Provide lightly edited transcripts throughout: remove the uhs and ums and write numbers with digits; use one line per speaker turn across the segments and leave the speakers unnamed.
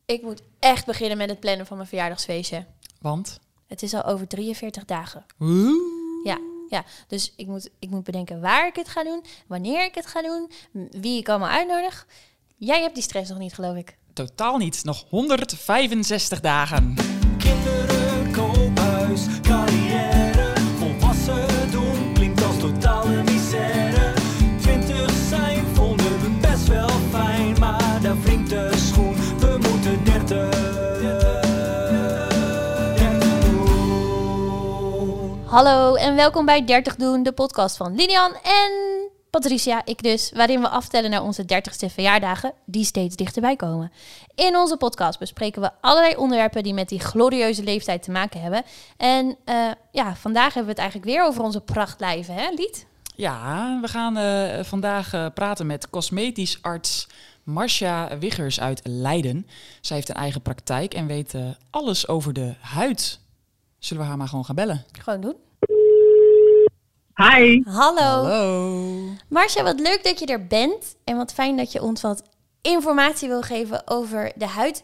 Ik moet echt beginnen met het plannen van mijn verjaardagsfeestje.
Want?
Het is al over 43 dagen.
Oeh.
Ja, dus ik moet bedenken waar ik het ga doen, wanneer ik het ga doen, wie ik allemaal uitnodig. Jij hebt die stress nog niet, geloof ik.
Totaal niet. Nog 165 dagen.
Kinderen, koophuis, carrière, volwassen doen klinkt als totale misère. 20 zijn vonden we best wel fijn, maar daar wringt de schoen. We moeten 30 doen.
Hallo en welkom bij 30 Doen, de podcast van Lilian en Patricia, ik dus, waarin we aftellen naar onze 30ste verjaardagen, die steeds dichterbij komen. In onze podcast bespreken we allerlei onderwerpen die met die glorieuze leeftijd te maken hebben. En vandaag hebben we het eigenlijk weer over onze prachtlijven, hè Liet?
Ja, we gaan vandaag praten met cosmetisch arts Marcia Wiggers uit Leiden. Zij heeft een eigen praktijk en weet alles over de huid. Zullen we haar maar gewoon gaan bellen?
Gewoon doen.
Hi.
Hallo.
Marcia, wat leuk dat je er bent en wat fijn dat je ons wat informatie wil geven over de huid.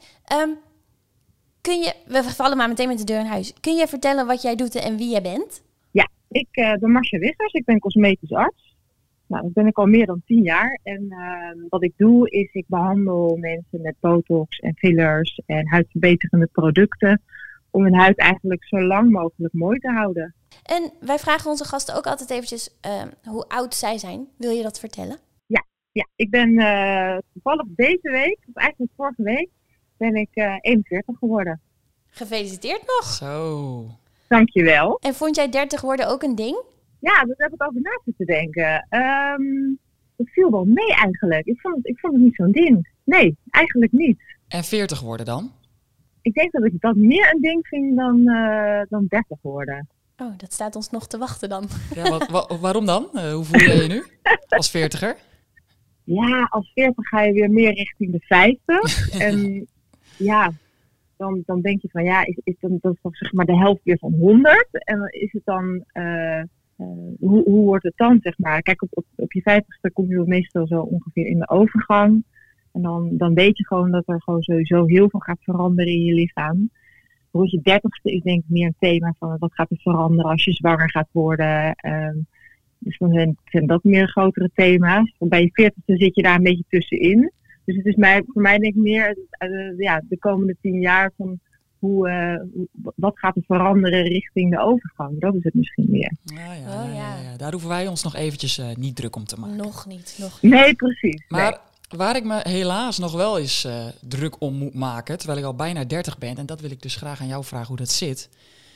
We vallen maar meteen met de deur in huis. Kun je vertellen wat jij doet en wie jij bent?
Ja, ik ben Marcia Wiggers. Ik ben cosmetisch arts. Nou, dat ben ik al meer dan 10 jaar. En wat ik doe is, ik behandel mensen met botox en fillers en huidverbeterende producten om hun huid eigenlijk zo lang mogelijk mooi te houden.
En wij vragen onze gasten ook altijd eventjes hoe oud zij zijn. Wil je dat vertellen?
Ja, ik ben toevallig deze week, of eigenlijk vorige week, ben ik 41 geworden.
Gefeliciteerd nog.
Zo.
Dankjewel.
En vond jij 30 worden ook een ding?
Ja, daar heb ik over na zitten denken. Dat viel wel mee eigenlijk. Ik vond het niet zo'n ding. Nee, eigenlijk niet.
En 40 worden dan?
Ik denk dat ik dat meer een ding vind dan 30 worden.
Oh, dat staat ons nog te wachten dan.
Ja, waarom dan? Hoe voel je je nu als 40er?
Ja, als 40 ga je weer meer richting de 50. En ja, dan denk je van ja, dat is toch zeg maar de helft weer van 100. En dan is het dan, hoe wordt het dan zeg maar? Kijk, op je 50ste kom je meestal zo ongeveer in de overgang. En dan weet je gewoon dat er gewoon sowieso heel veel gaat veranderen in je lichaam. Rond je 30ste is denk ik meer een thema van wat gaat er veranderen als je zwanger gaat worden. Dus dan zijn dat meer grotere thema's. Bij je 40ste zit je daar een beetje tussenin. Dus het is voor mij denk ik meer de komende 10 jaar van wat gaat er veranderen richting de overgang. Dat is het misschien meer.
Ja. Daar hoeven wij ons nog eventjes niet druk om te maken.
Nog niet.
Nee, precies.
Maar waar ik me helaas nog wel eens druk om moet maken, terwijl ik al bijna 30 ben, en dat wil ik dus graag aan jou vragen hoe dat zit,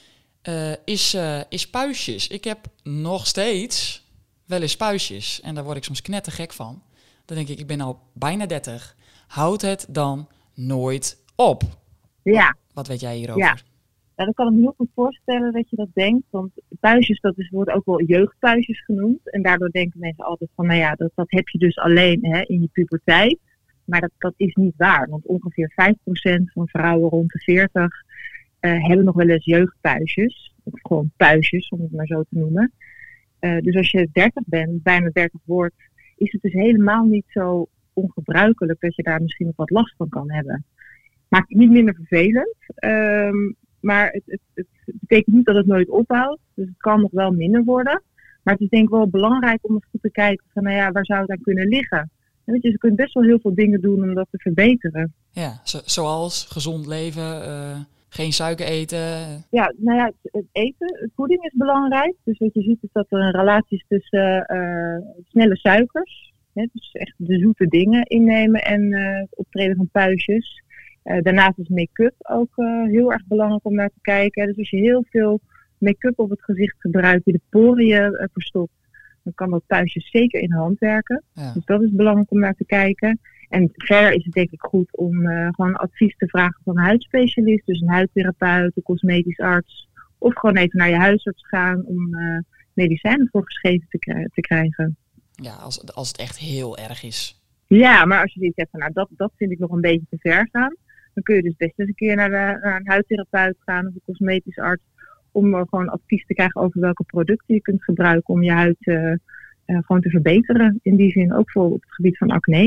is puistjes. Ik heb nog steeds wel eens puistjes en daar word ik soms knettergek van. Dan denk ik ben al bijna 30. Houd het dan nooit op?
Ja.
Wat weet jij hierover?
Ja. Ja, dan kan ik me heel goed voorstellen dat je dat denkt. Want puistjes, wordt ook wel jeugdpuistjes genoemd. En daardoor denken mensen altijd van, nou ja, dat heb je dus alleen in je puberteit. Maar dat is niet waar. Want ongeveer 5% van vrouwen rond de 40 hebben nog wel eens jeugdpuistjes. Of gewoon puistjes, om het maar zo te noemen. Dus als je 30 bent, bijna 30 wordt, is het dus helemaal niet zo ongebruikelijk dat je daar misschien nog wat last van kan hebben. Maakt het niet minder vervelend. Maar het betekent niet dat het nooit ophoudt. Dus het kan nog wel minder worden. Maar het is denk ik wel belangrijk om eens goed te kijken van, nou ja, waar zou het aan kunnen liggen? En weet je, je kunt best wel heel veel dingen doen om dat te verbeteren.
Ja, zoals gezond leven, geen suiker eten.
Ja, nou ja, het eten, voeding is belangrijk. Dus wat je ziet is dat er een relatie is tussen snelle suikers. Dus echt de zoete dingen innemen en het optreden van puistjes. Daarnaast is make-up ook heel erg belangrijk om naar te kijken. Dus als je heel veel make-up op het gezicht gebruikt die de poriën verstopt, dan kan dat puistjes zeker in de hand werken. Ja. Dus dat is belangrijk om naar te kijken. En verder is het denk ik goed om gewoon advies te vragen van een huidspecialist. Dus een huidtherapeut, een cosmetisch arts. Of gewoon even naar je huisarts gaan om medicijnen voorgeschreven te krijgen.
Ja, als het echt heel erg is.
Ja, maar als je zoiets hebt van nou, dat vind ik nog een beetje te ver gaan. Dan kun je dus best eens een keer naar een huidtherapeut gaan of een cosmetisch arts. Om gewoon advies te krijgen over welke producten je kunt gebruiken om je huid gewoon te verbeteren. In die zin ook voor op het gebied van acne.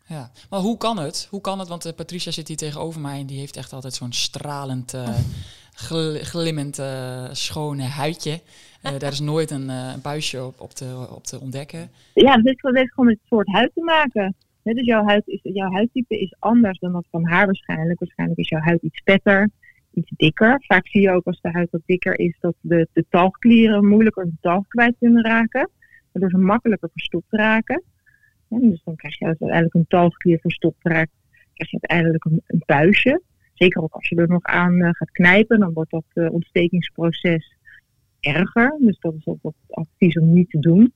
Ja, maar hoe kan het? Hoe kan het? Want Patricia zit hier tegenover mij en die heeft echt altijd zo'n stralend, glimmend, schone huidje. Daar is nooit een buisje op te ontdekken.
Ja, dat heeft gewoon met het soort huid te maken. Dus jouw huidtype is anders dan dat van haar waarschijnlijk. Waarschijnlijk is jouw huid iets vetter, iets dikker. Vaak zie je ook als de huid wat dikker is dat de talgklieren moeilijker de talg kwijt kunnen raken. Waardoor ze makkelijker verstopt raken. Ja, dus dan krijg je uiteindelijk een talgklier verstopt raakt, krijg je uiteindelijk een buisje. Zeker ook als je er nog aan gaat knijpen, dan wordt dat ontstekingsproces erger. Dus dat is ook wat advies om niet te doen.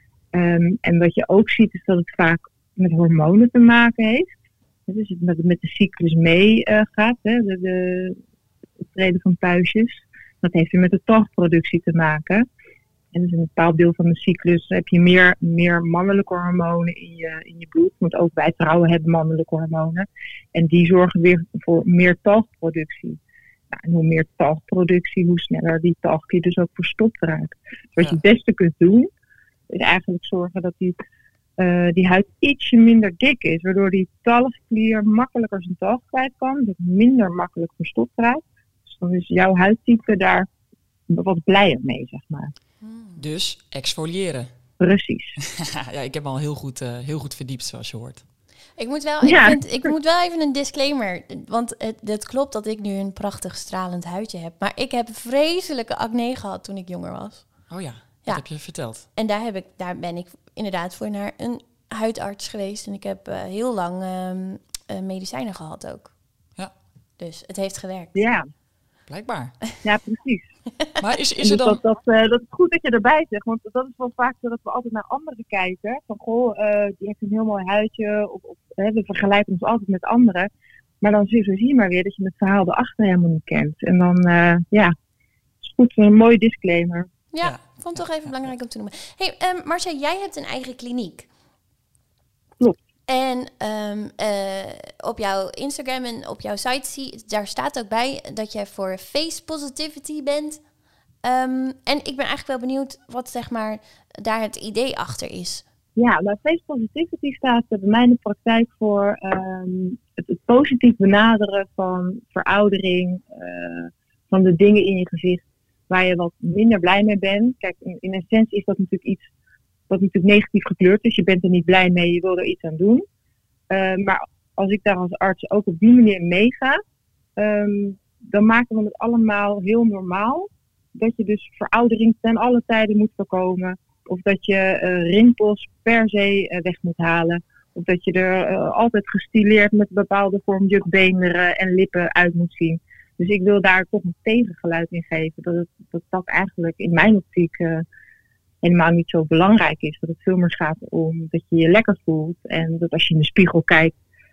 En wat je ook ziet is dat het vaak met hormonen te maken heeft. Dus het met de cyclus meegaat, het optreden van puistjes. Dat heeft weer met de talgproductie te maken. En dus in een bepaald deel van de cyclus heb je meer mannelijke hormonen in je bloed. Want ook wij vrouwen hebben mannelijke hormonen. En die zorgen weer voor meer talgproductie. Nou, en hoe meer talgproductie, hoe sneller die talgklier dus ook verstopt raakt. Dus wat je het beste kunt doen, is eigenlijk zorgen dat die huid ietsje minder dik is. Waardoor die talgklier makkelijker zijn talg kwijt kan. Dus minder makkelijk verstopt raakt. Dus dan is jouw huidtype daar wat blijer mee, zeg maar.
Dus exfoliëren.
Precies.
Ja, ik heb me al heel goed verdiept, zoals je hoort.
Ik moet wel even een disclaimer. Want het klopt dat ik nu een prachtig stralend huidje heb. Maar ik heb vreselijke acne gehad toen ik jonger was.
Oh ja, dat heb je verteld.
En daar ben ik inderdaad voor naar een huidarts geweest. En ik heb heel lang medicijnen gehad ook.
Ja.
Dus het heeft gewerkt.
Ja.
Blijkbaar.
Ja, precies.
Maar is er dan...
Dat is goed dat je erbij zegt. Want dat is wel vaak zo dat we altijd naar anderen kijken. Van die heeft een heel mooi huidje. We vergelijken ons altijd met anderen. Maar dan zie je maar weer dat je het verhaal erachter helemaal niet kent. En dan, is goed, een mooie disclaimer.
Ja, vond het toch even belangrijk om te noemen. Hey, Marcia, jij hebt een eigen kliniek.
Klopt.
En op jouw Instagram en op jouw site daar staat ook bij dat jij voor face positivity bent. En ik ben eigenlijk wel benieuwd wat zeg maar daar het idee achter is.
Ja, nou, face positivity staat bij mij in de praktijk voor het positief benaderen van veroudering, van de dingen in je gezicht waar je wat minder blij mee bent. Kijk, in essentie is dat natuurlijk iets wat natuurlijk negatief gekleurd is. Je bent er niet blij mee, je wil er iets aan doen. Maar als ik daar als arts ook op die manier meega, dan maken we het allemaal heel normaal. Dat je dus veroudering ten alle tijden moet voorkomen. Of dat je rimpels per se weg moet halen. Of dat je er altijd gestileerd met een bepaalde vorm jukbeenderen en lippen uit moet zien. Dus ik wil daar toch een tegengeluid in geven. Dat eigenlijk in mijn optiek helemaal niet zo belangrijk is. Dat het veel meer gaat om dat je je lekker voelt. En dat als je in de spiegel kijkt,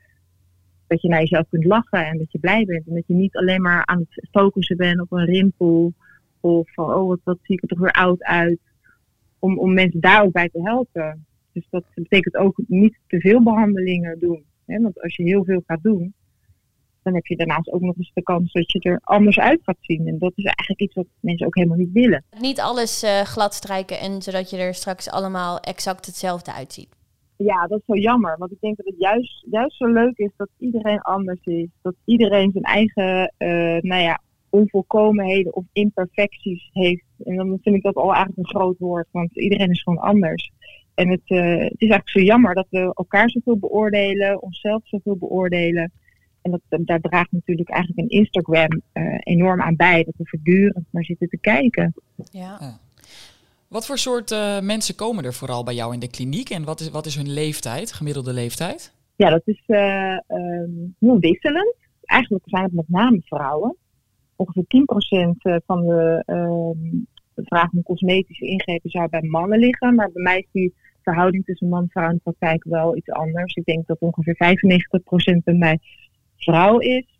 dat je naar jezelf kunt lachen en dat je blij bent. En dat je niet alleen maar aan het focussen bent op een rimpel. Of van, wat zie ik er toch weer oud uit. Om mensen daar ook bij te helpen. Dus dat betekent ook niet te veel behandelingen doen. Hè? Want als je heel veel gaat doen, dan heb je daarnaast ook nog eens de kans dat je er anders uit gaat zien. En dat is eigenlijk iets wat mensen ook helemaal niet willen.
Niet alles glad strijken en zodat je er straks allemaal exact hetzelfde uitziet.
Ja, dat is zo jammer. Want ik denk dat het juist zo leuk is dat iedereen anders is. Dat iedereen zijn eigen onvolkomenheden of imperfecties heeft. En dan vind ik dat al eigenlijk een groot woord. Want iedereen is gewoon anders. En het is eigenlijk zo jammer dat we elkaar zoveel beoordelen. Onszelf zoveel beoordelen. En daar draagt natuurlijk eigenlijk een Instagram enorm aan bij. Dat we voortdurend maar zitten te kijken.
Ja.
Wat voor soort mensen komen er vooral bij jou in de kliniek? En wat is hun leeftijd, gemiddelde leeftijd?
Ja, dat is heel wisselend. Eigenlijk zijn het met name vrouwen. Ongeveer 10% van de vraag om cosmetische ingrepen zou bij mannen liggen. Maar bij mij is die verhouding tussen man en vrouw in de praktijk wel iets anders. Ik denk dat ongeveer 95% bij mij vrouw is.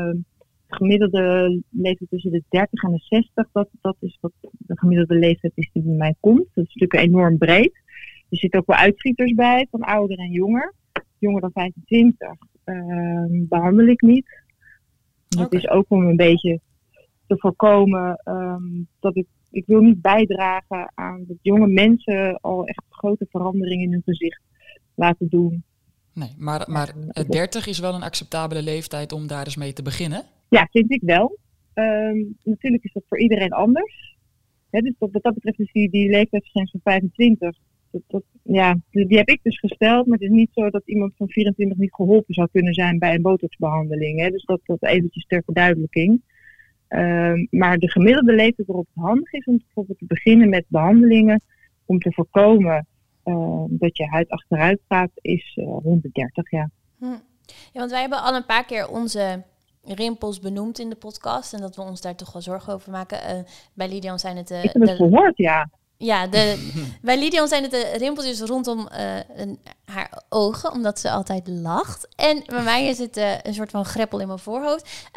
De gemiddelde leeftijd tussen de 30 en de 60, dat is wat de gemiddelde leeftijd is die bij mij komt. Dat is natuurlijk enorm breed. Er zitten ook wel uitschieters bij, van ouder en jonger. Jonger dan 25 behandel ik niet. Dat is ook om een beetje te voorkomen dat ik wil niet bijdragen aan dat jonge mensen al echt grote veranderingen in hun gezicht laten doen.
Nee, maar 30 is wel een acceptabele leeftijd om daar eens mee te beginnen?
Ja, vind ik wel. Natuurlijk is dat voor iedereen anders. Dus wat dat betreft is die leeftijdsgrens van 25... die heb ik dus gesteld, maar het is niet zo dat iemand van 24 niet geholpen zou kunnen zijn bij een botoxbehandeling. Dus dat eventjes ter verduidelijking. Maar de gemiddelde leeftijd waarop het handig is om bijvoorbeeld te beginnen met behandelingen om te voorkomen dat je huid achteruit gaat, is rond de 30 jaar.
Ja, want wij hebben al een paar keer onze rimpels benoemd in de podcast en dat we ons daar toch wel zorgen over maken. Bij Lidian zijn het...
Ik heb het gehoord, ja.
Ja, bij Lidian zijn het de rimpeltjes rondom haar ogen, omdat ze altijd lacht. En bij mij is het een soort van greppel in mijn voorhoofd.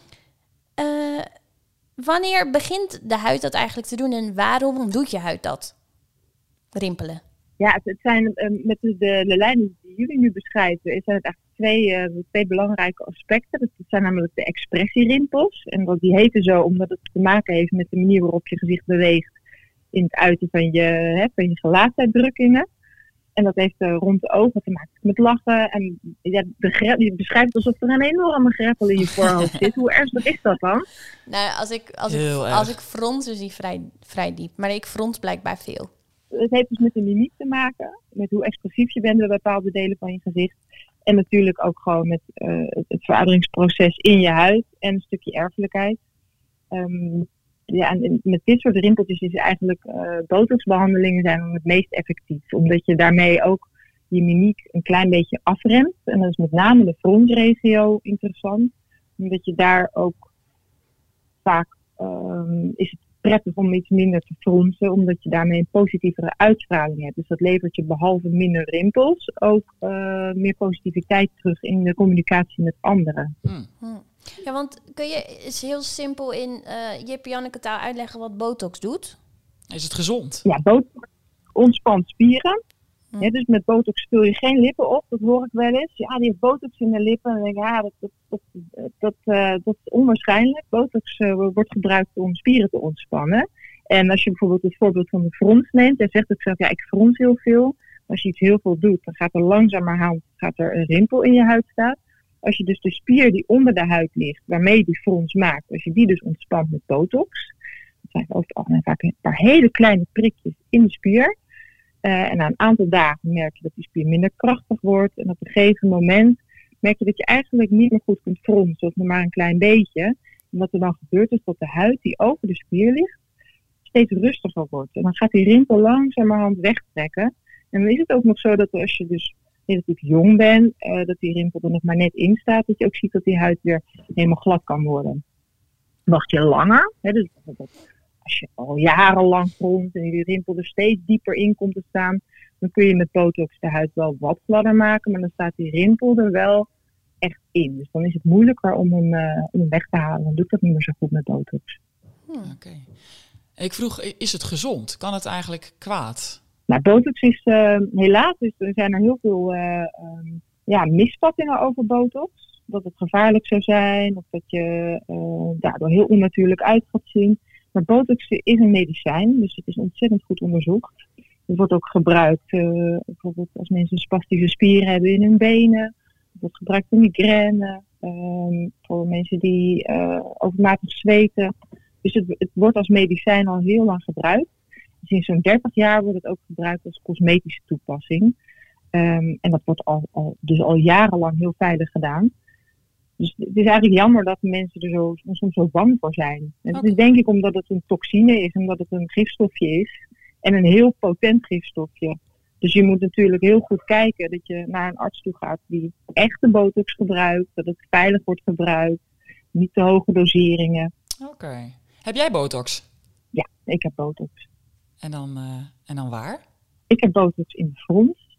Wanneer begint de huid dat eigenlijk te doen en waarom doet je huid dat? Rimpelen.
Ja, het zijn met de lijnen die jullie nu beschrijven, zijn het eigenlijk twee belangrijke aspecten. Dat zijn namelijk de expressierimpels. En die heten zo omdat het te maken heeft met de manier waarop je gezicht beweegt in het uiten van je gelaatsuitdrukkingen. En dat heeft rond de ogen te maken met lachen. En je beschrijft het alsof er een enorme greppel in je voorhoofd zit. Hoe ernstig is dat dan?
Nou, als ik frons is die vrij diep. Maar ik frons blijkbaar veel.
Het heeft dus met de mimiek te maken. Met hoe expressief je bent bij bepaalde delen van je gezicht. En natuurlijk ook gewoon met het verouderingsproces in je huid. En een stukje erfelijkheid. En met dit soort rimpeltjes is eigenlijk botoxbehandelingen zijn het meest effectief. Omdat je daarmee ook je mimiek een klein beetje afremt. En dat is met name de fronsregio interessant. Omdat je daar ook vaak is het prettig om iets minder te fronsen. Omdat je daarmee een positievere uitstraling hebt. Dus dat levert je behalve minder rimpels ook meer positiviteit terug in de communicatie met anderen.
Ja, want kun je eens heel simpel in Janneke taal uitleggen wat botox doet?
Is het gezond?
Ja, botox ontspant spieren. Ja, dus met botox vul je geen lippen op, dat hoor ik wel eens. Ja, die heeft botox in de lippen. En dan denk ik, dat is onwaarschijnlijk. Botox wordt gebruikt om spieren te ontspannen. En als je bijvoorbeeld het voorbeeld van de frons neemt, jij zegt ook zelf, ja, ik frons heel veel. Als je iets heel veel doet, dan gaat er langzamerhand een rimpel in je huid staan. Als je dus de spier die onder de huid ligt, waarmee je die frons maakt, als je die dus ontspant met botox, dat zijn over het algemeen vaak een paar hele kleine prikjes in de spier. En na een aantal dagen merk je dat die spier minder krachtig wordt. En op een gegeven moment merk je dat je eigenlijk niet meer goed kunt fronsen, of nog maar een klein beetje. En wat er dan gebeurt is dat de huid die over de spier ligt, steeds rustiger wordt. En dan gaat die rimpel langzamerhand wegtrekken. En dan is het ook nog zo dat als je dus relatief jong bent, dat die rimpel er nog maar net in staat, dat je ook ziet dat die huid weer helemaal glad kan worden. Wacht je langer, dus bijvoorbeeld als je al jarenlang fronst en die rimpel er steeds dieper in komt te staan, dan kun je met botox de huid wel wat gladder maken, maar dan staat die rimpel er wel echt in. Dus dan is het moeilijker om hem weg te halen. Dan doe ik dat niet meer zo goed met botox.
Oké. Ik vroeg, is het gezond? Kan het eigenlijk kwaad?
Nou, botox is helaas, er zijn er heel veel misvattingen over botox. Dat het gevaarlijk zou zijn, of dat je daardoor heel onnatuurlijk uit gaat zien. Maar botox is een medicijn, dus het is ontzettend goed onderzocht. Het wordt ook gebruikt, bijvoorbeeld als mensen spastische spieren hebben in hun benen. Het wordt gebruikt voor migraine, voor mensen die overmatig zweten. Dus het wordt als medicijn al heel lang gebruikt. Sinds zo'n 30 jaar wordt het ook gebruikt als cosmetische toepassing. En dat wordt al jarenlang heel veilig gedaan. Dus het is eigenlijk jammer dat mensen er soms zo bang voor zijn. En dat is denk ik omdat het een toxine is, omdat het een gifstofje is. En een heel potent gifstofje. Dus je moet natuurlijk heel goed kijken dat je naar een arts toe gaat die echte botox gebruikt. Dat het veilig wordt gebruikt. Niet te hoge doseringen.
Oké. Heb jij botox?
Ja, ik heb botox.
En dan waar?
Ik heb botox in de frons.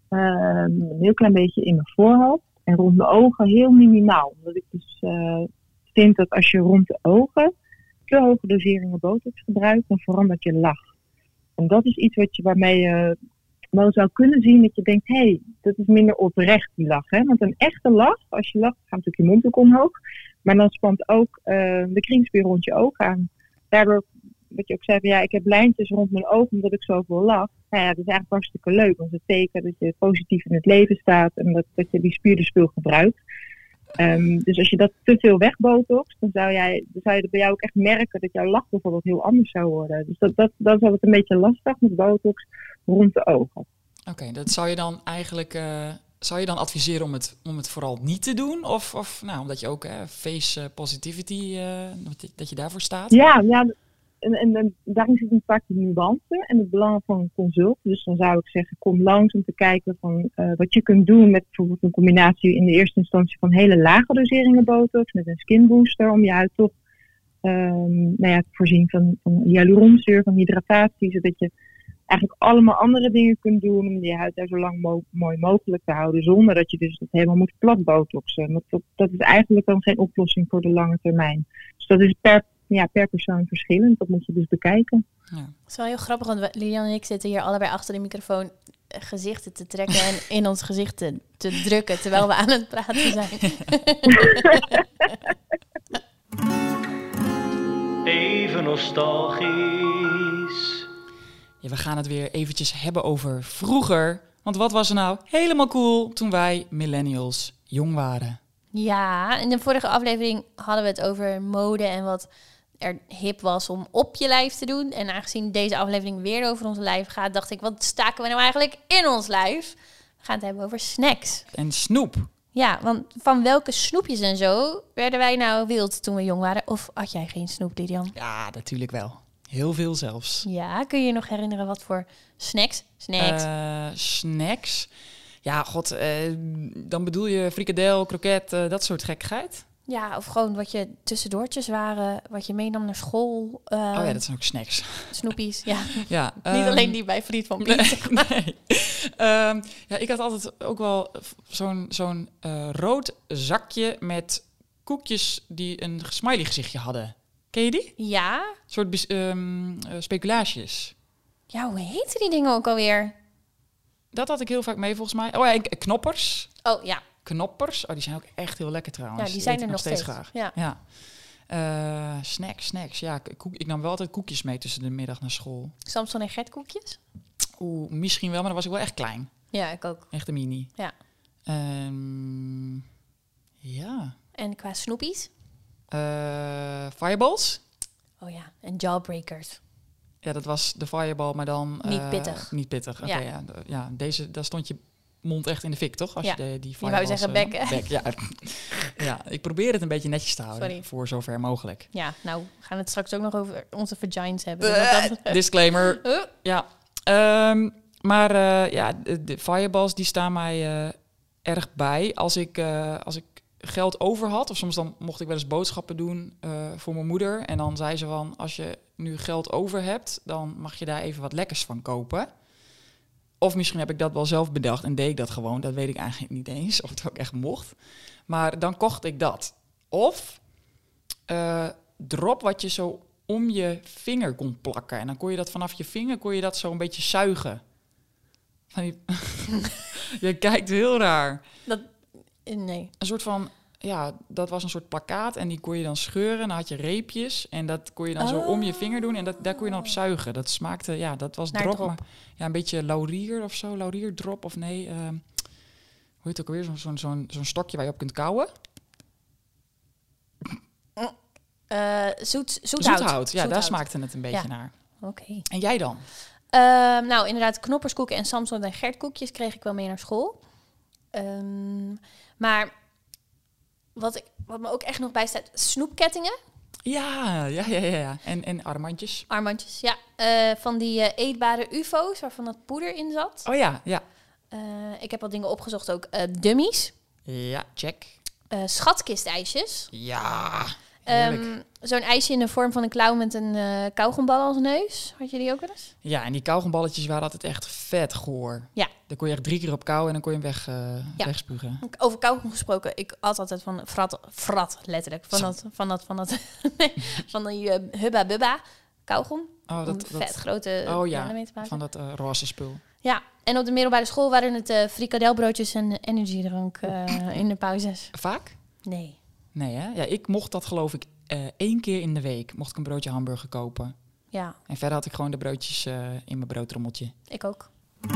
Een heel klein beetje in mijn voorhoofd. En rond de ogen heel minimaal. Omdat ik dus vind dat als je rond de ogen te hoge doseringen botox gebruikt, dan verandert je lach. En dat is iets waarmee je wel zou kunnen zien dat je denkt, hé, dat is minder oprecht die lach. Hè? Want een echte lach, als je lacht, gaat natuurlijk je mond ook omhoog. Maar dan spant ook de kringspier rond je oog aan. Daardoor wat je ook zei, van, ja, ik heb lijntjes rond mijn ogen omdat ik zoveel lach. Nou ja, dat is eigenlijk hartstikke leuk. Want het betekent dat je positief in het leven staat en dat je die spier dus veel gebruikt. Dus als je dat te veel wegbotoxt, dan zou je bij jou ook echt merken dat jouw lach bijvoorbeeld heel anders zou worden. Dus dat is altijd een beetje lastig met botox rond de ogen.
Oké, dat zou je dan eigenlijk zou je dan adviseren om het vooral niet te doen? Of nou, omdat je ook face positivity, dat je daarvoor staat?
Ja, en daarin zit een vaak de nuance en het belang van een consult. Dus dan zou ik zeggen, kom langs om te kijken van wat je kunt doen met bijvoorbeeld een combinatie in de eerste instantie van hele lage doseringen botox met een skin booster om je huid toch te voorzien van hyaluronzuur, van hydratatie, zodat je eigenlijk allemaal andere dingen kunt doen om je huid daar zo lang mooi mogelijk te houden, zonder dat je dus het helemaal moet plat botoxen. Want dat is eigenlijk dan geen oplossing voor de lange termijn. Dus dat is per persoon verschillend. Dat moet je dus bekijken.
Ja.
Het is wel heel grappig, want Lilian en ik zitten hier allebei achter de microfoon gezichten te trekken en in ons gezicht te drukken terwijl we aan het praten zijn.
Even nostalgisch.
Ja, we gaan het weer eventjes hebben over vroeger. Want wat was er nou helemaal cool toen wij millennials jong waren?
Ja, in de vorige aflevering hadden we het over mode en wat er hip was om op je lijf te doen. En aangezien deze aflevering weer over ons lijf gaat, dacht ik, wat staken we nou eigenlijk in ons lijf? We gaan het hebben over snacks.
En snoep.
Ja, want van welke snoepjes en zo werden wij nou wild toen we jong waren? Of had jij geen snoep, Lilian?
Ja, natuurlijk wel. Heel veel zelfs.
Ja, kun je je nog herinneren wat voor snacks?
Snacks? Ja, god, dan bedoel je frikadel, kroket, dat soort gekkigheid?
Ja, of gewoon wat je tussendoortjes waren, wat je meenam naar school.
Oh ja, dat zijn ook snacks.
Snoepies, ja.
Ja,
Niet alleen die bij Friet van Piet.
Nee. Ja, ik had altijd ook wel zo'n rood zakje met koekjes die een smiley gezichtje hadden. Ken je die?
Ja?
Een soort speculaasjes.
Ja, hoe heten die dingen ook alweer?
Dat had ik heel vaak mee volgens mij. Oh ja, knoppers.
Oh ja.
Knoppers. Oh, die zijn ook echt heel lekker trouwens.
Ja, die zijn
eet
er
ik
nog steeds
graag.
Ja.
Snacks. Ja, ik nam wel altijd koekjes mee tussen de middag naar school.
Samson en Gert koekjes?
Oeh, misschien wel, maar dan was ik wel echt klein.
Ja, ik ook.
Echt een mini.
Ja.
Ja.
En qua snoepies?
Fireballs.
Oh ja, en jawbreakers.
Ja, dat was de fireball, maar dan...
Niet pittig.
Niet pittig, oké. Ja, daar stond je mond echt in de fik, toch? Als je die
je wou zeggen bekken.
Ja. Ja, ik probeer het een beetje netjes te houden.
Sorry.
Voor zover mogelijk.
Ja, nou, we gaan het straks ook nog over onze vagines hebben. Dus
Disclaimer. Ja. Maar de fireballs die staan mij erg bij. Als ik geld over had, of soms dan mocht ik wel eens boodschappen doen voor mijn moeder. En dan zei ze van, als je nu geld over hebt, dan mag je daar even wat lekkers van kopen. Of misschien heb ik dat wel zelf bedacht en deed ik dat gewoon. Dat weet ik eigenlijk niet eens, of het ook echt mocht. Maar dan kocht ik dat. Of drop wat je zo om je vinger kon plakken. En dan kon je dat vanaf je vinger, kon je dat zo een beetje zuigen. Je kijkt heel raar.
Nee.
Een soort van, ja, dat was een soort plakkaat en die kon je dan scheuren. En dan had je reepjes en dat kon je dan zo om je vinger doen en daar kon je dan op zuigen. Dat smaakte, ja, dat was drop. Maar, ja, een beetje laurier of zo, laurierdrop of nee. Hoe heet het ook alweer? Zo'n stokje waar je op kunt kauwen.
Zoethout.
Ja, daar smaakte het een beetje naar.
Oké.
En jij dan?
Nou, inderdaad, knopperskoeken en Samson en Gert koekjes kreeg ik wel mee naar school. Maar wat me ook echt nog bij staat, snoepkettingen.
Ja. En armbandjes.
Armbandjes, ja. Van die eetbare ufo's, waarvan dat poeder in zat.
Oh ja.
Ik heb wat dingen opgezocht ook. Dummies.
Ja, check.
Schatkistijsjes.
Ja,
Zo'n ijsje in de vorm van een klauw met een kauwgombal als neus. Had je die ook wel eens?
Ja, en die kauwgomballetjes waren altijd echt vet goor.
Ja.
Daar kon je echt 3 keer op kauwen en dan kon je hem wegspugen.
Over kauwgom gesproken, ik at altijd van frat letterlijk. Van die Hubba Bubba kauwgom.
Oh, dat
vet grote.
Oh ja,
mee te maken.
van dat roze spul.
Ja, en op de middelbare school waren het frikadelbroodjes en energiedrank in de pauzes.
Vaak?
Nee.
Nee, hè? Ja, ik mocht dat geloof ik 1 keer in de week mocht ik een broodje hamburger kopen.
Ja,
En verder had ik gewoon de broodjes in mijn broodtrommeltje.
ik ook.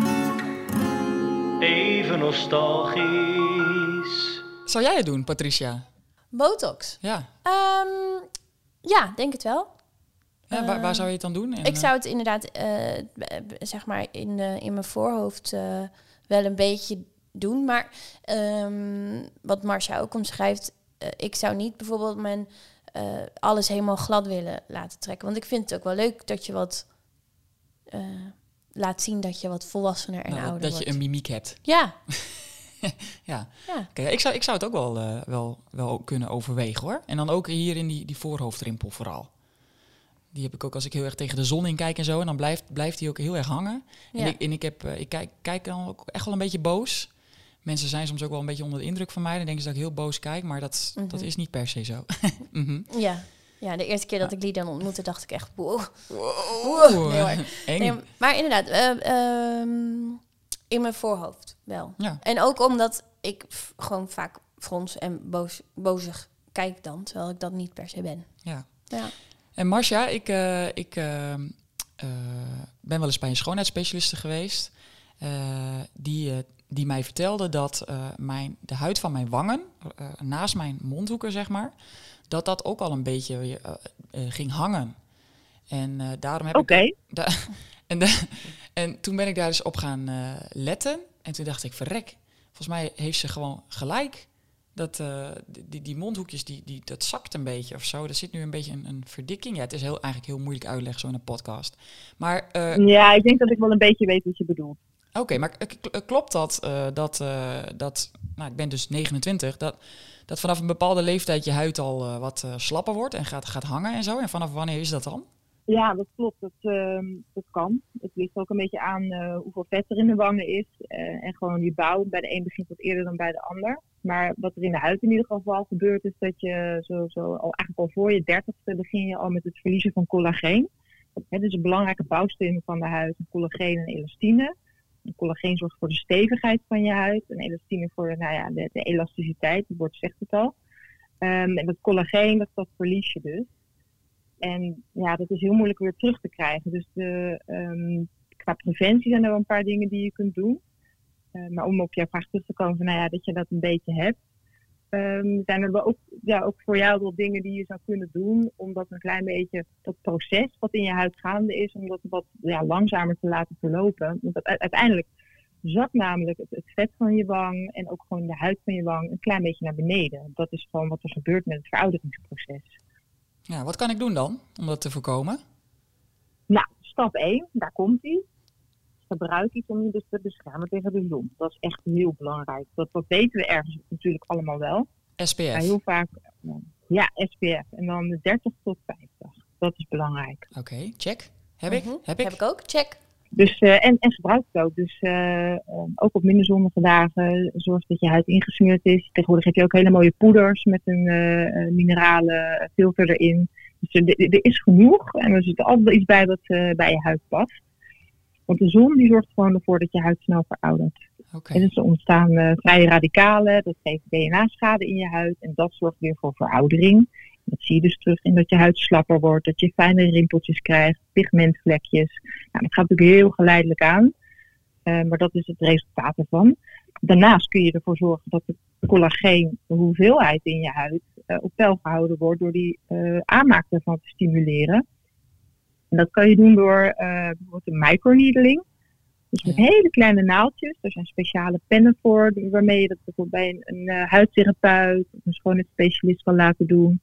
Even nostalgisch.
Zou jij het doen, Patricia?
Botox.
Ja.
Ja, denk het wel.
Ja, waar zou je het dan doen? En,
Ik zou het inderdaad, zeg maar, in mijn voorhoofd wel een beetje doen. Maar wat Marcia ook omschrijft, ik zou niet bijvoorbeeld mijn alles helemaal glad willen laten trekken. Want ik vind het ook wel leuk dat je wat laat zien dat je wat volwassener en ouder
dat
wordt.
je een mimiek hebt.
Ja.
Ja.
Ja.
Oké, ik zou het ook wel kunnen overwegen, hoor. En dan ook hier in die voorhoofdrimpel vooral. Die heb ik ook als ik heel erg tegen de zon in kijk en zo. En dan blijft die ook heel erg hangen.
Ja.
En ik kijk dan ook echt wel een beetje boos. Mensen zijn soms ook wel een beetje onder de indruk van mij. Dan denken ze dat ik heel boos kijk. Maar dat is niet per se zo. Mhm.
Ja, de eerste keer dat ik Lidan ontmoette, dacht ik echt... Wow.
Wow.
Nee, hoor.
Eng.
Nee, maar inderdaad, in mijn voorhoofd wel.
Ja.
En ook omdat ik gewoon vaak frons en bozig kijk dan, terwijl ik dat niet per se ben.
Ja.
Ja.
En Marcia, ik ben wel eens bij een schoonheidsspecialiste geweest. Die mij vertelde dat de huid van mijn wangen, naast mijn mondhoeken zeg maar, dat ook al een beetje ging hangen. En daarom heb ik... En toen ben ik daar dus op gaan letten. En toen dacht ik, verrek, volgens mij heeft ze gewoon gelijk. Dat die mondhoekjes, dat zakt een beetje of zo. Er zit nu een beetje een verdikking. Ja, het is eigenlijk heel moeilijk uitleggen zo in een podcast. Maar,
ja, ik denk dat ik wel een beetje weet wat je bedoelt.
Oké, maar klopt dat ik ben dus 29, dat vanaf een bepaalde leeftijd je huid al wat slapper wordt en gaat hangen en zo? En vanaf wanneer is dat dan?
Ja, dat klopt. Dat kan. Het ligt ook een beetje aan hoeveel vet er in de wangen is. En gewoon die bouw. Bij de een begint wat eerder dan bij de ander. Maar wat er in de huid in ieder geval gebeurt, is dat je eigenlijk al voor je 30ste begin je al met het verliezen van collageen. Dat is een belangrijke bouwsteen van de huid. Collageen en elastine. Collageen zorgt voor de stevigheid van je huid. En elastine voor de elasticiteit. Het woord zegt het al. En dat collageen, dat verlies je dus. En ja, dat is heel moeilijk weer terug te krijgen. Dus qua preventie zijn er wel een paar dingen die je kunt doen. Maar om op jouw vraag terug te komen van dat je dat een beetje hebt. Zijn er wel ook voor jou wel dingen die je zou kunnen doen. Om dat een klein beetje, dat proces wat in je huid gaande is, om dat wat langzamer te laten verlopen. Want uiteindelijk zakt namelijk het vet van je wang en ook gewoon de huid van je wang een klein beetje naar beneden. Dat is gewoon wat er gebeurt met het verouderingsproces.
Ja, wat kan ik doen dan om dat te voorkomen?
Nou, stap 1, daar komt ie. Gebruik iets om je dus te beschermen tegen de zon. Dat is echt heel belangrijk. Dat weten we ergens natuurlijk allemaal wel.
SPF?
Ja, heel vaak, SPF. En dan 30 tot 50. Dat is belangrijk.
Oké, check. Heb ik?
Heb ik ook, check.
Dus, en gebruik het ook. Dus ook op minder zonnige dagen zorg dat je huid ingesmeerd is. Tegenwoordig heb je ook hele mooie poeders met een mineralen filter erin. Dus er is genoeg. En er zit altijd wel iets bij wat bij je huid past. Want de zon die zorgt gewoon ervoor dat je huid snel veroudert.
Okay.
En dus er ontstaan vrije radicalen. Dat geeft DNA-schade in je huid. En dat zorgt weer voor veroudering. Dat zie je dus terug in dat je huid slapper wordt, dat je fijne rimpeltjes krijgt, pigmentvlekjes. Nou, dat gaat natuurlijk heel geleidelijk aan, maar dat is het resultaat ervan. Daarnaast kun je ervoor zorgen dat de collageen, de hoeveelheid in je huid, op peil gehouden wordt door die aanmaak ervan te stimuleren. En dat kan je doen door bijvoorbeeld een microneedling. Dus met hele kleine naaldjes. Er zijn speciale pennen voor, waarmee je dat bijvoorbeeld bij een huidtherapeut of een schoonheidsspecialist kan laten doen.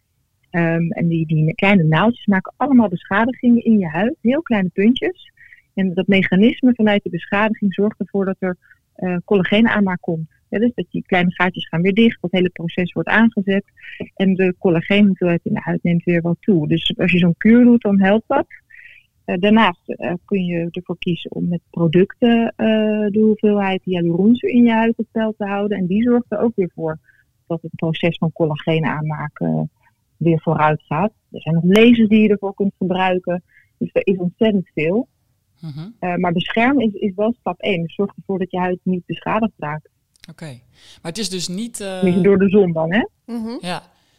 En die kleine naaldjes maken allemaal beschadigingen in je huid. Heel kleine puntjes. En dat mechanisme vanuit de beschadiging zorgt ervoor dat er collageenaanmaak komt. Ja, dus dat die kleine gaatjes gaan weer dicht. Dat hele proces wordt aangezet. En de collageenhoeveelheid in de huid neemt weer wat toe. Dus als je zo'n kuur doet, dan helpt dat. Daarnaast kun je ervoor kiezen om met producten de hoeveelheid hyaluronzuur in je huid op peil te houden. En die zorgt er ook weer voor dat het proces van collageen aanmaken weer vooruit gaat. Er zijn nog lasers die je ervoor kunt gebruiken. Dus er is ontzettend veel.
Mm-hmm.
Maar beschermen is wel stap 1. Dus zorg ervoor dat je huid niet beschadigd raakt.
Oké. Maar het is dus niet...
Door de zon dan, hè?
Mm-hmm.
Ja.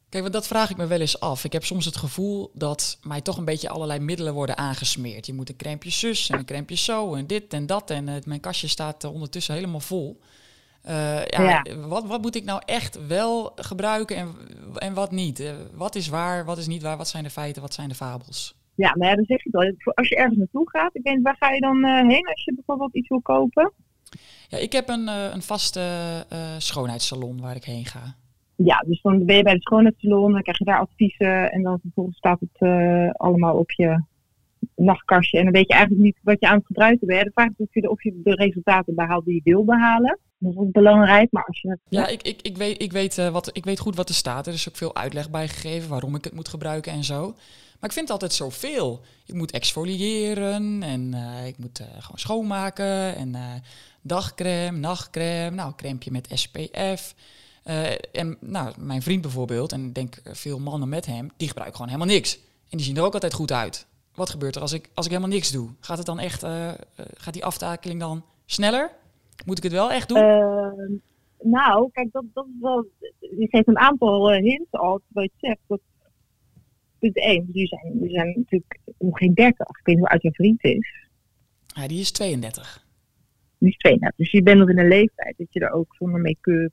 Kijk, want dat vraag ik me wel eens af. Ik heb soms het gevoel dat mij toch een beetje allerlei middelen worden aangesmeerd. Je moet een crèmpje zus en een crèmpje zo en dit en dat. En mijn kastje staat ondertussen helemaal vol. Wat moet ik nou echt wel gebruiken en wat niet? Wat is waar, wat is niet waar? Wat zijn de feiten, wat zijn de fabels?
Ja, maar dan zeg je het al. Als je ergens naartoe gaat, ik weet niet, waar ga je dan heen als je bijvoorbeeld iets wil kopen?
Ja, ik heb een vaste schoonheidssalon waar ik heen ga.
Ja, dus dan ben je bij de schoonheidssalon, dan krijg je daar adviezen en dan vervolgens staat het allemaal op je nachtkastje. En dan weet je eigenlijk niet wat je aan het gebruiken bent. De vraag is of je de resultaten behaalt die je wil behalen. Dat is ook belangrijk, maar als je het...
Ja, ik weet goed wat er staat. Er is ook veel uitleg bij gegeven waarom ik het moet gebruiken en zo. Maar ik vind het altijd zoveel. Ik moet exfoliëren en ik moet gewoon schoonmaken en dagcrème, nachtcrème, nou, crèmpje met SPF. En nou, mijn vriend bijvoorbeeld, en ik denk veel mannen met hem, die gebruiken gewoon helemaal niks. En die zien er ook altijd goed uit. Wat gebeurt er als ik helemaal niks doe? Gaat het dan echt, gaat die aftakeling dan sneller? Moet ik het wel echt doen?
Nou, kijk, dat is wel... Je geeft een aantal hints al, wat je zegt. Dat, punt 1, die zijn natuurlijk nog geen 30. Ik weet niet hoe oud je vriend is.
Ja, die is 32.
Die is 32. Dus je bent nog in een leeftijd dat je er ook zonder make-up...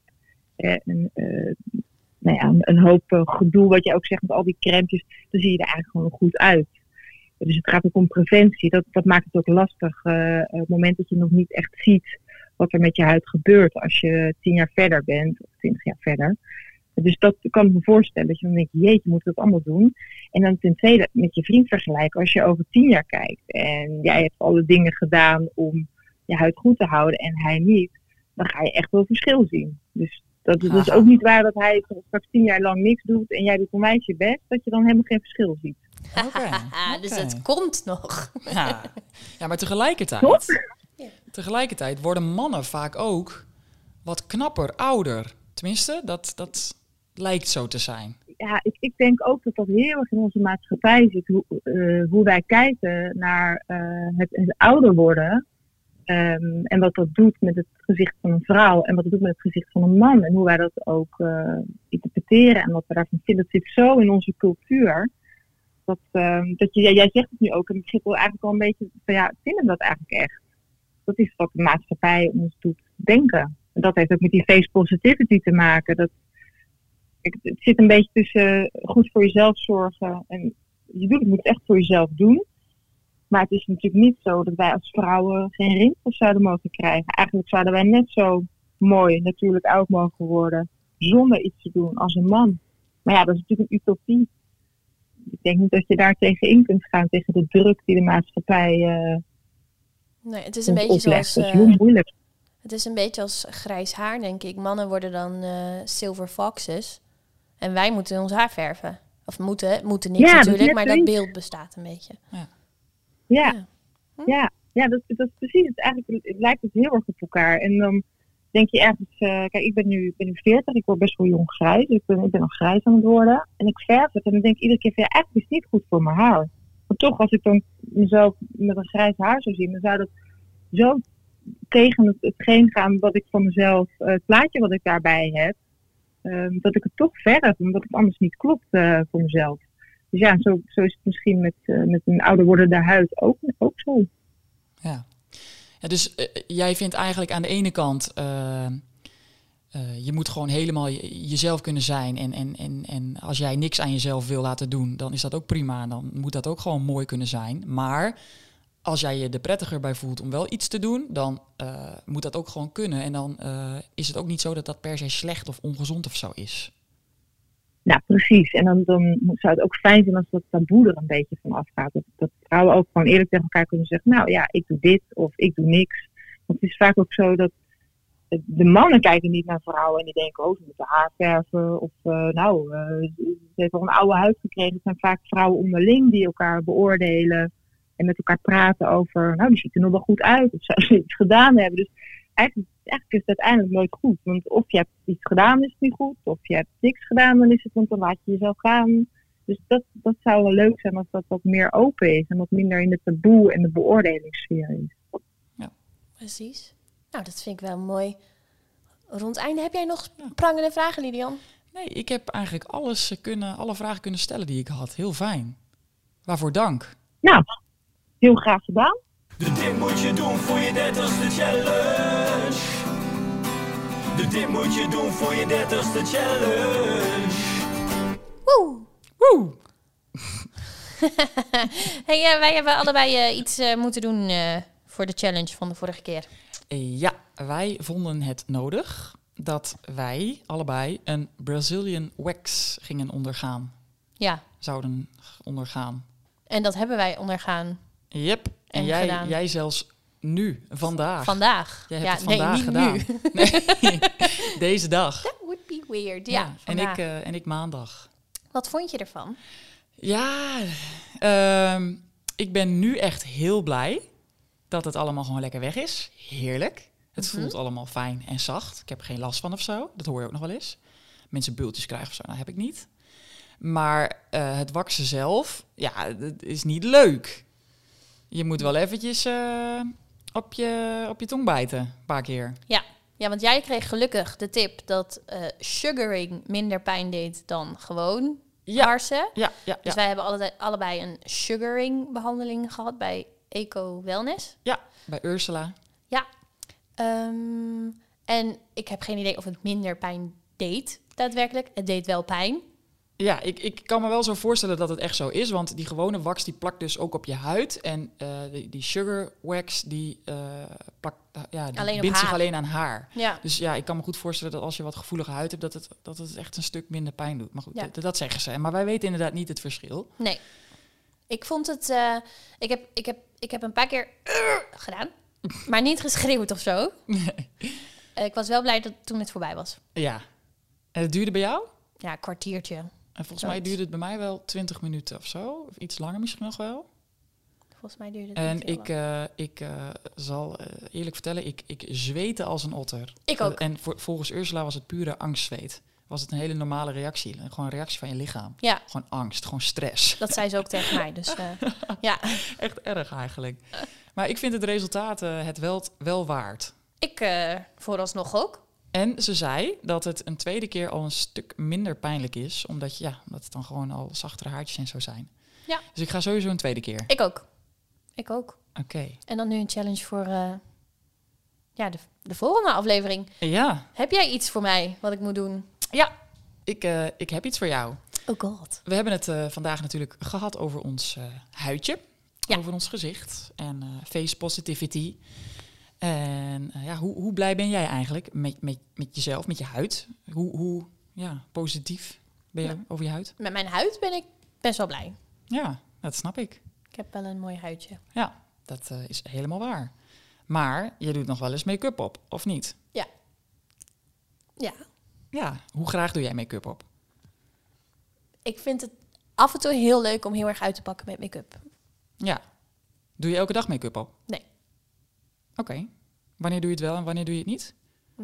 een hoop gedoe, wat je ook zegt met al die crèmpjes, dan zie je er eigenlijk gewoon goed uit. Dus het gaat ook om preventie. Dat maakt het ook lastig. Het moment dat je nog niet echt ziet wat er met je huid gebeurt als je 10 jaar verder bent, of 20 jaar verder. Dus dat kan ik me voorstellen. Dat je dan denkt, jeetje, moet dat allemaal doen? En dan ten tweede met je vriend vergelijken. Als je over 10 jaar kijkt en jij hebt alle dingen gedaan om je huid goed te houden en hij niet, dan ga je echt wel verschil zien. Dus dat is dus ook niet waar dat hij straks 10 jaar lang niks doet en jij doet voor mij je best, dat je dan helemaal geen verschil ziet.
Okay.
Dus het komt nog.
Ja, maar tegelijkertijd worden mannen vaak ook wat knapper, ouder. Tenminste, dat lijkt zo te zijn.
Ja, ik denk ook dat heel erg in onze maatschappij zit. Hoe wij kijken naar het ouder worden. En wat dat doet met het gezicht van een vrouw. En wat het doet met het gezicht van een man. En hoe wij dat ook interpreteren. En wat we daarvan vinden. Dat zit zo in onze cultuur. Jij zegt het nu ook. En ik begin wel eigenlijk al een beetje van vinden we dat eigenlijk echt? Dat is wat de maatschappij ons doet denken. En dat heeft ook met die face positivity te maken. Het zit een beetje tussen goed voor jezelf zorgen. En je moet het echt voor jezelf doen. Maar het is natuurlijk niet zo dat wij als vrouwen geen rimpels zouden mogen krijgen. Eigenlijk zouden wij net zo mooi natuurlijk oud mogen worden zonder iets te doen als een man. Maar ja, dat is natuurlijk een utopie. Ik denk niet dat je daar tegenin kunt gaan, tegen de druk die de maatschappij
nee, het is een beetje
oplegt.
zoals...
Dat is heel moeilijk.
Het is een beetje als grijs haar, denk ik. Mannen worden dan silver foxes. En wij moeten ons haar verven. Of moeten niet natuurlijk, maar dat beeld bestaat een beetje.
Ja, dat is precies. Het lijkt het heel erg op elkaar. En dan denk je ergens... kijk, ik ben nu 40, ik word best wel jong grijs. Ik ben nog grijs aan het worden. En ik verf het en dan denk ik iedere keer van... eigenlijk is het niet goed voor mijn haar. Maar toch, als ik dan mezelf met een grijs haar zou zien... dan zou dat zo tegen hetgeen gaan wat ik van mezelf... het plaatje wat ik daarbij heb... dat ik het toch verf, omdat het anders niet klopt voor mezelf. Dus ja, zo is het misschien met een ouder wordende huid ook zo.
Ja, dus jij vindt eigenlijk aan de ene kant... je moet gewoon helemaal jezelf kunnen zijn. En als jij niks aan jezelf wil laten doen, dan is dat ook prima. Dan moet dat ook gewoon mooi kunnen zijn. Maar als jij je er prettiger bij voelt om wel iets te doen, dan moet dat ook gewoon kunnen. En dan is het ook niet zo dat dat per se slecht of ongezond of zo is.
Nou, precies. En dan zou het ook fijn zijn als dat taboe er een beetje van afgaat. Dat vrouwen ook gewoon eerlijk tegen elkaar kunnen zeggen, nou ja, ik doe dit of ik doe niks. Want het is vaak ook zo dat de mannen kijken niet naar vrouwen en die denken, oh, ze moeten haar verven. Of ze heeft al een oude huid gekregen. Het zijn vaak vrouwen onderling die elkaar beoordelen en met elkaar praten over, nou, die ziet er nog wel goed uit. Of zou ze iets gedaan hebben. Dus eigenlijk is het uiteindelijk nooit goed. Want of je hebt iets gedaan, is het niet goed. Of je hebt niks gedaan, dan is het, want dan laat je jezelf gaan. Dus dat zou wel leuk zijn als dat wat meer open is. En wat minder in de taboe en de beoordelingssfeer is.
Ja, precies. Nou, dat vind ik wel mooi. Rond het einde, heb jij nog prangende vragen, Lilian?
Nee, ik heb eigenlijk alle vragen kunnen stellen die ik had. Heel fijn. Waarvoor dank.
Nou, heel graag gedaan.
Dit moet je doen voor je 30ste challenge. Dit moet je doen voor je 30ste challenge.
Woe!
Woe!
Hey, wij hebben allebei iets moeten doen voor de challenge van de vorige keer.
Ja, wij vonden het nodig dat wij allebei een Brazilian wax gingen ondergaan.
Ja,
Zouden ondergaan.
en dat hebben wij ondergaan
Yep. En
gedaan.
jij zelfs nu, vandaag.
vandaag.
Jij hebt
Ja,
het vandaag
nee, niet
gedaan.
nu.
Nee, deze dag.
That would be weird. Ja,
Ja,
vandaag.
en ik maandag.
Wat vond je ervan?
Ja, ik ben nu echt heel blij dat het allemaal gewoon lekker weg is. Heerlijk. Het voelt allemaal fijn en zacht. Ik heb er geen last van of zo. Dat hoor je ook nog wel eens. Mensen bultjes krijgen of zo, dat heb ik niet. Maar het waksen zelf, ja, dat is niet leuk. Je moet wel eventjes op je tong bijten, een paar keer.
Ja, want jij kreeg gelukkig de tip dat sugaring minder pijn deed dan gewoon harsen.
Ja.
Dus wij hebben allebei een sugaring behandeling gehad bij Eco Wellness.
Ja, bij Ursula.
Ja. En ik heb geen idee of het minder pijn deed, daadwerkelijk. Het deed wel pijn.
Ja, ik kan me wel zo voorstellen dat het echt zo is. Want die gewone wax die plakt dus ook op je huid. En die sugar wax die bindt zich
haar.
alleen aan haar.
Ja.
Dus ja, ik kan me goed voorstellen dat als je wat gevoelige huid hebt, dat het echt een stuk minder pijn doet. Maar goed,
Ja.
dat zeggen ze. Maar wij weten inderdaad niet het verschil.
Nee. Ik vond het... Ik heb een paar keer gedaan. Maar niet geschreeuwd of zo. Ik was wel blij dat toen het voorbij was.
Ja. En het duurde bij jou?
Ja, een kwartiertje.
En volgens mij duurde het bij mij wel 20 minuten of zo. Of iets langer misschien nog wel.
Volgens mij duurde het
En
niet heel lang.
ik zal eerlijk vertellen, ik zweette als een otter.
Ik ook.
En volgens Ursula was het pure angstzweet. Was het een hele normale reactie. Gewoon een reactie van je lichaam.
Ja,
Gewoon angst, gewoon stress.
dat zei ze ook tegen mij. Dus ja,
Echt erg eigenlijk. Maar ik vind het resultaat het wel waard.
ik vooralsnog ook.
En ze zei dat het een tweede keer al een stuk minder pijnlijk is. Omdat het dan gewoon al zachtere haartjes en zo zijn.
Ja.
Dus ik ga sowieso een tweede keer.
Ik ook. Ik ook.
Oké.
En dan nu een challenge voor de volgende aflevering.
Ja.
Heb jij iets voor mij wat ik moet doen?
Ja. Ik heb iets voor jou.
Oh god.
We hebben het vandaag natuurlijk gehad over ons huidje.
Ja.
Over ons gezicht. En face positivity. En hoe blij ben jij eigenlijk met jezelf, met je huid? Hoe positief ben je over je huid?
Met mijn huid ben ik best wel blij.
Ja, dat snap ik.
Ik heb wel een mooi huidje.
Ja, dat is helemaal waar. Maar je doet nog wel eens make-up op, of niet?
Ja. Ja.
Ja, hoe graag doe jij make-up op?
Ik vind het af en toe heel leuk om heel erg uit te pakken met make-up.
Ja. Doe je elke dag make-up op?
Nee.
Oké. Wanneer doe je het wel en wanneer doe je het niet?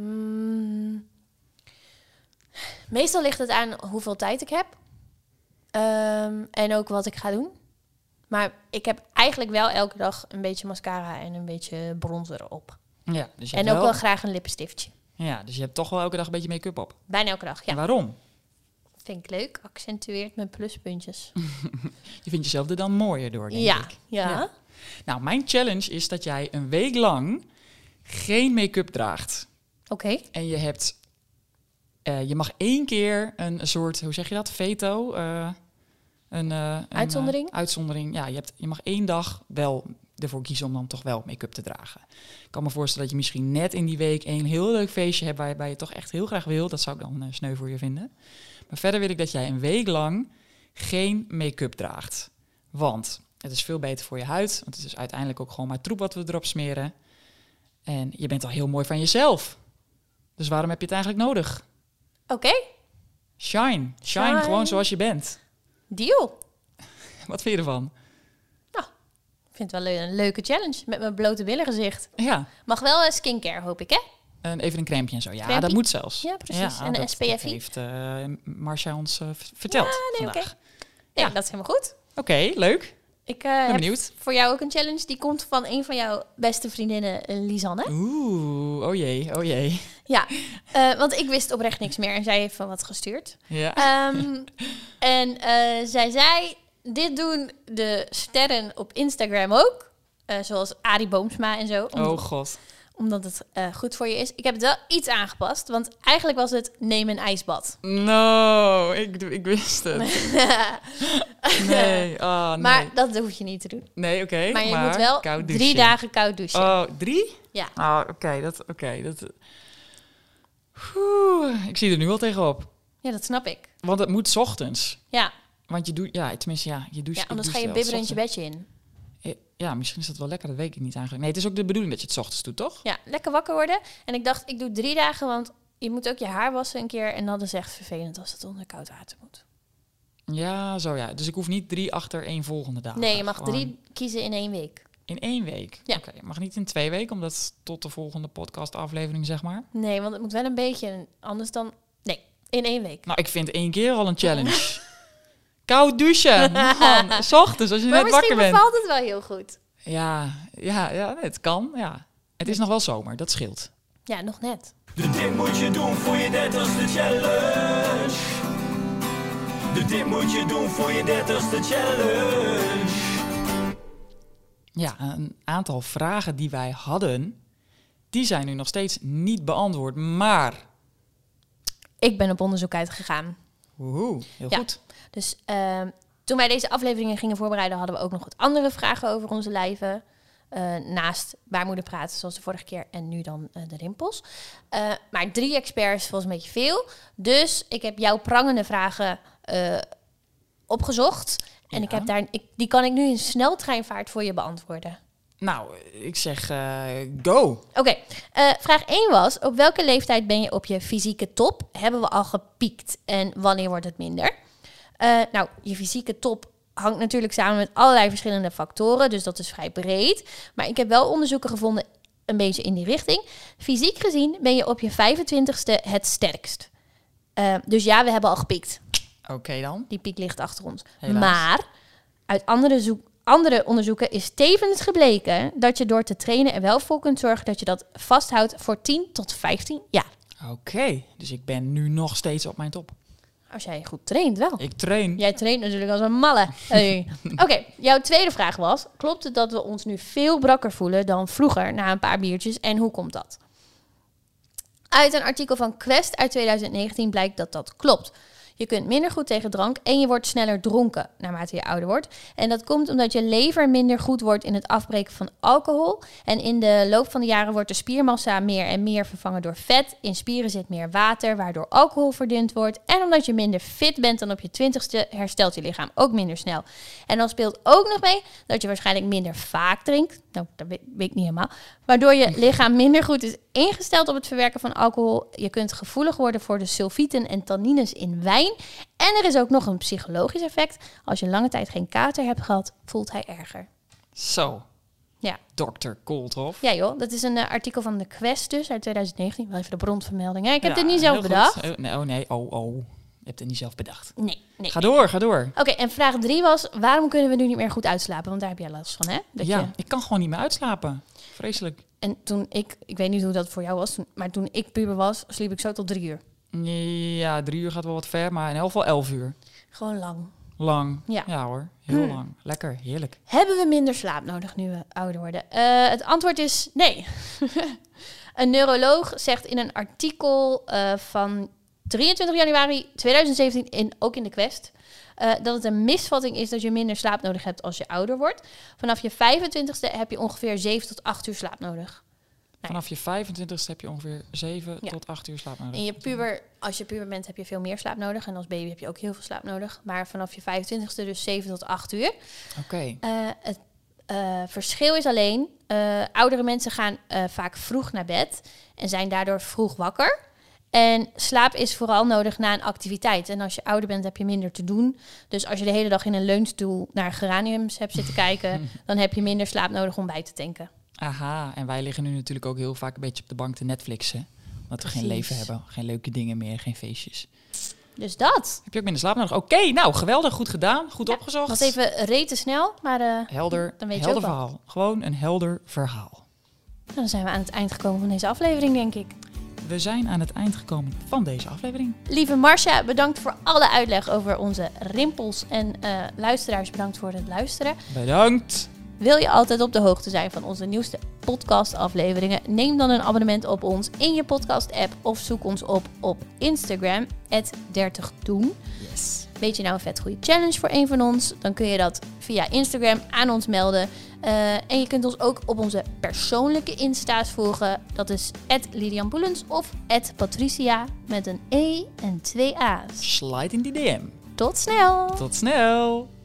Meestal ligt het aan hoeveel tijd ik heb. En ook wat ik ga doen. Maar ik heb eigenlijk wel elke dag een beetje mascara en een beetje bronzer op.
Ja, dus je
En
hebt
ook wel graag een lippenstiftje.
Ja, dus je hebt toch wel elke dag een beetje make-up op.
Bijna elke dag, ja.
En waarom?
Vind ik leuk. Accentueert mijn pluspuntjes.
Je vindt jezelf er dan mooier door, denk ik.
Ja.
Nou, mijn challenge is dat jij een week lang geen make-up draagt.
Oké.
En je mag 1 keer een soort, hoe zeg je dat, veto?
Uitzondering?
Uitzondering, ja. Je mag 1 dag wel ervoor kiezen om dan toch wel make-up te dragen. Ik kan me voorstellen dat je misschien net in die week een heel leuk feestje hebt waarbij je toch echt heel graag wil. Dat zou ik dan sneu voor je vinden. Maar verder wil ik dat jij een week lang geen make-up draagt. Want het is veel beter voor je huid. Want het is uiteindelijk ook gewoon maar troep wat we erop smeren. En je bent al heel mooi van jezelf. Dus waarom heb je het eigenlijk nodig?
Oké.
Shine. Shine gewoon zoals je bent.
Deal.
Wat vind je ervan?
Ik vind het wel een leuke challenge met mijn blote billen gezicht.
Ja.
Mag wel skincare, hoop ik, hè?
En even een crèmpje en zo. Ja,
Crèmpie?
dat moet zelfs.
Ja, precies. En een SPF-I?
Dat heeft Marcia ons verteld vandaag.
Oké. Ja, dat is helemaal goed.
Oké, leuk.
Ik
Ben
heb
benieuwd.
voor jou ook een challenge. Die komt van een van jouw beste vriendinnen, Lisanne.
Oeh, oh jee.
Ja, want ik wist oprecht niks meer en zij heeft van wat gestuurd.
Ja.
En zij zei, dit doen de sterren op Instagram ook. Zoals Arie Boomsma en zo.
Oh god.
Omdat het goed voor je is. Ik heb het wel iets aangepast, want eigenlijk was het neem een ijsbad.
No, ik wist het. Nee, nee.
Maar dat hoef je niet te doen.
Nee, oké.
Maar je moet wel
koud
3
douchen.
dagen koud douchen.
Oh, 3?
Ja.
Oh, oké. Ik zie er nu al tegenop.
Ja, dat snap ik.
Want het moet 's ochtends.
Ja,
Want je doet, ja, tenminste, ja, je doucht.
ja anders
ik
ga je
douche
bibberend je
wel
bedje in.
's ochtends. Ja, misschien is dat wel lekker, dat weet ik niet eigenlijk. Nee, het is ook de bedoeling dat je het 's ochtends doet, toch?
Ja, lekker wakker worden. En ik dacht, ik doe 3 dagen, want je moet ook je haar wassen een keer. En dat is echt vervelend als het onder koud water moet.
Ja, zo ja. Dus ik hoef niet 3 achter 1 volgende dag.
Nee, je mag
Gewoon
3 kiezen in 1 week.
in 1 week?
Ja.
Oké, mag niet in 2 weken, omdat tot de volgende podcastaflevering, zeg maar.
Nee, want het moet wel een beetje, anders dan... Nee, in 1 week.
Nou, ik vind 1 keer al een challenge. Koud douchen, man. 's ochtends, als je
Maar
net wakker
misschien
bent.
bevalt het wel heel goed.
Ja, nee, het kan, ja. Het is nog wel zomer, dat scheelt.
Ja, nog net.
Dit moet je doen voor je 30ste challenge. Dit moet je doen voor je 30ste challenge.
Ja, een aantal vragen die wij hadden, die zijn nu nog steeds niet beantwoord. Maar,
Ik ben op onderzoek uitgegaan.
woehoe, heel
Ja.
goed.
Dus toen wij deze afleveringen gingen voorbereiden, hadden we ook nog wat andere vragen over onze lijven. Naast baarmoeder praten, zoals de vorige keer, en nu dan de rimpels. Maar 3 experts is volgens een beetje veel. Dus ik heb jouw prangende vragen opgezocht. En
Ja.
die kan ik nu in sneltreinvaart voor je beantwoorden.
Nou, ik zeg go.
Oké, vraag 1 was, op welke leeftijd ben je op je fysieke top? Hebben we al gepiekt en wanneer wordt het minder? Nou, je fysieke top hangt natuurlijk samen met allerlei verschillende factoren, dus dat is vrij breed. Maar ik heb wel onderzoeken gevonden een beetje in die richting. Fysiek gezien ben je op je 25ste het sterkst. Dus ja, we hebben al gepiekt.
Oké dan.
Die piek ligt achter ons.
Helaas.
Maar uit andere onderzoeken is tevens gebleken dat je door te trainen er wel voor kunt zorgen dat je dat vasthoudt voor 10 tot 15 jaar.
Oké, dus ik ben nu nog steeds op mijn top.
Als jij goed traint wel.
Ik train.
Jij traint natuurlijk als een malle. Hey. Oké, jouw tweede vraag was, klopt het dat we ons nu veel brakker voelen dan vroeger na een paar biertjes en hoe komt dat? Uit een artikel van Quest uit 2019 blijkt dat dat klopt. Je kunt minder goed tegen drank en je wordt sneller dronken naarmate je ouder wordt. En dat komt omdat je lever minder goed wordt in het afbreken van alcohol. En in de loop van de jaren wordt de spiermassa meer en meer vervangen door vet. In spieren zit meer water, waardoor alcohol verdund wordt. En omdat je minder fit bent dan op je 20ste, herstelt je lichaam ook minder snel. En dan speelt ook nog mee dat je waarschijnlijk minder vaak drinkt. Nou, dat weet ik niet helemaal. Waardoor je lichaam minder goed is ingesteld op het verwerken van alcohol. Je kunt gevoelig worden voor de sulfieten en tannines in wijn. En er is ook nog een psychologisch effect. Als je lange tijd geen kater hebt gehad, voelt hij erger.
Zo,
Ja,
Dr. Koolthof.
ja joh, dat is een artikel van de Quest dus uit 2019. Wel even de bronvermelding. Hè? Ik heb
Ja,
het niet zelf
heel goed.
bedacht.
Nee. Je hebt het niet zelf bedacht.
Nee.
Ga door.
Oké, en vraag 3 was, waarom kunnen we nu niet meer goed uitslapen? Want daar heb jij last van, hè?
Ik kan gewoon niet meer uitslapen. Vreselijk.
En toen ik weet niet hoe dat voor jou was, maar toen ik puber was, sliep ik zo tot 3 uur.
Ja, 3 uur gaat wel wat ver, maar in elk geval 11 uur.
Gewoon lang.
Lang.
Ja.
Hoor, heel lang. Lekker, heerlijk.
Hebben we minder slaap nodig nu we ouder worden? Het antwoord is nee. Een neuroloog zegt in een artikel van 23 januari 2017, ook in de Quest, dat het een misvatting is dat je minder slaap nodig hebt als je ouder wordt. Vanaf je 25ste heb je ongeveer 7 tot 8 uur slaap nodig.
Vanaf je 25ste heb je ongeveer 7
Ja.
tot 8 uur slaap nodig.
En als je puber bent, heb je veel meer slaap nodig. En als baby heb je ook heel veel slaap nodig. Maar vanaf je 25ste dus 7 tot 8 uur.
Oké.
Het verschil is alleen, oudere mensen gaan vaak vroeg naar bed en zijn daardoor vroeg wakker. En slaap is vooral nodig na een activiteit. En als je ouder bent, heb je minder te doen. Dus als je de hele dag in een leunstoel naar geraniums hebt zitten kijken, dan heb je minder slaap nodig om bij te tanken.
Aha, en wij liggen nu natuurlijk ook heel vaak een beetje op de bank te Netflixen. Omdat we geen
Precies.
leven hebben, geen leuke dingen meer, geen feestjes.
Dus dat.
Heb je ook minder slaap nodig? Oké, nou, geweldig, goed gedaan, goed opgezocht.
Was even rete snel, maar
Helder,
dan weet je
helder
ook wel.
verhaal. Gewoon een helder verhaal.
dan zijn we aan het eind gekomen van deze aflevering, denk ik.
we zijn aan het eind gekomen van deze aflevering.
Lieve Marcia, bedankt voor alle uitleg over onze rimpels. En luisteraars, bedankt voor het luisteren.
Bedankt!
Wil je altijd op de hoogte zijn van onze nieuwste podcastafleveringen? Neem dan een abonnement op ons in je podcast-app of zoek ons op Instagram, @30doen.
Yes.
Weet je nou een vet goede challenge voor een van ons? Dan kun je dat via Instagram aan ons melden. En je kunt ons ook op onze persoonlijke Insta's volgen. Dat is @LidianPoelens of @Patricia met een E en 2 A's.
Slide in die DM.
Tot snel!
Tot snel!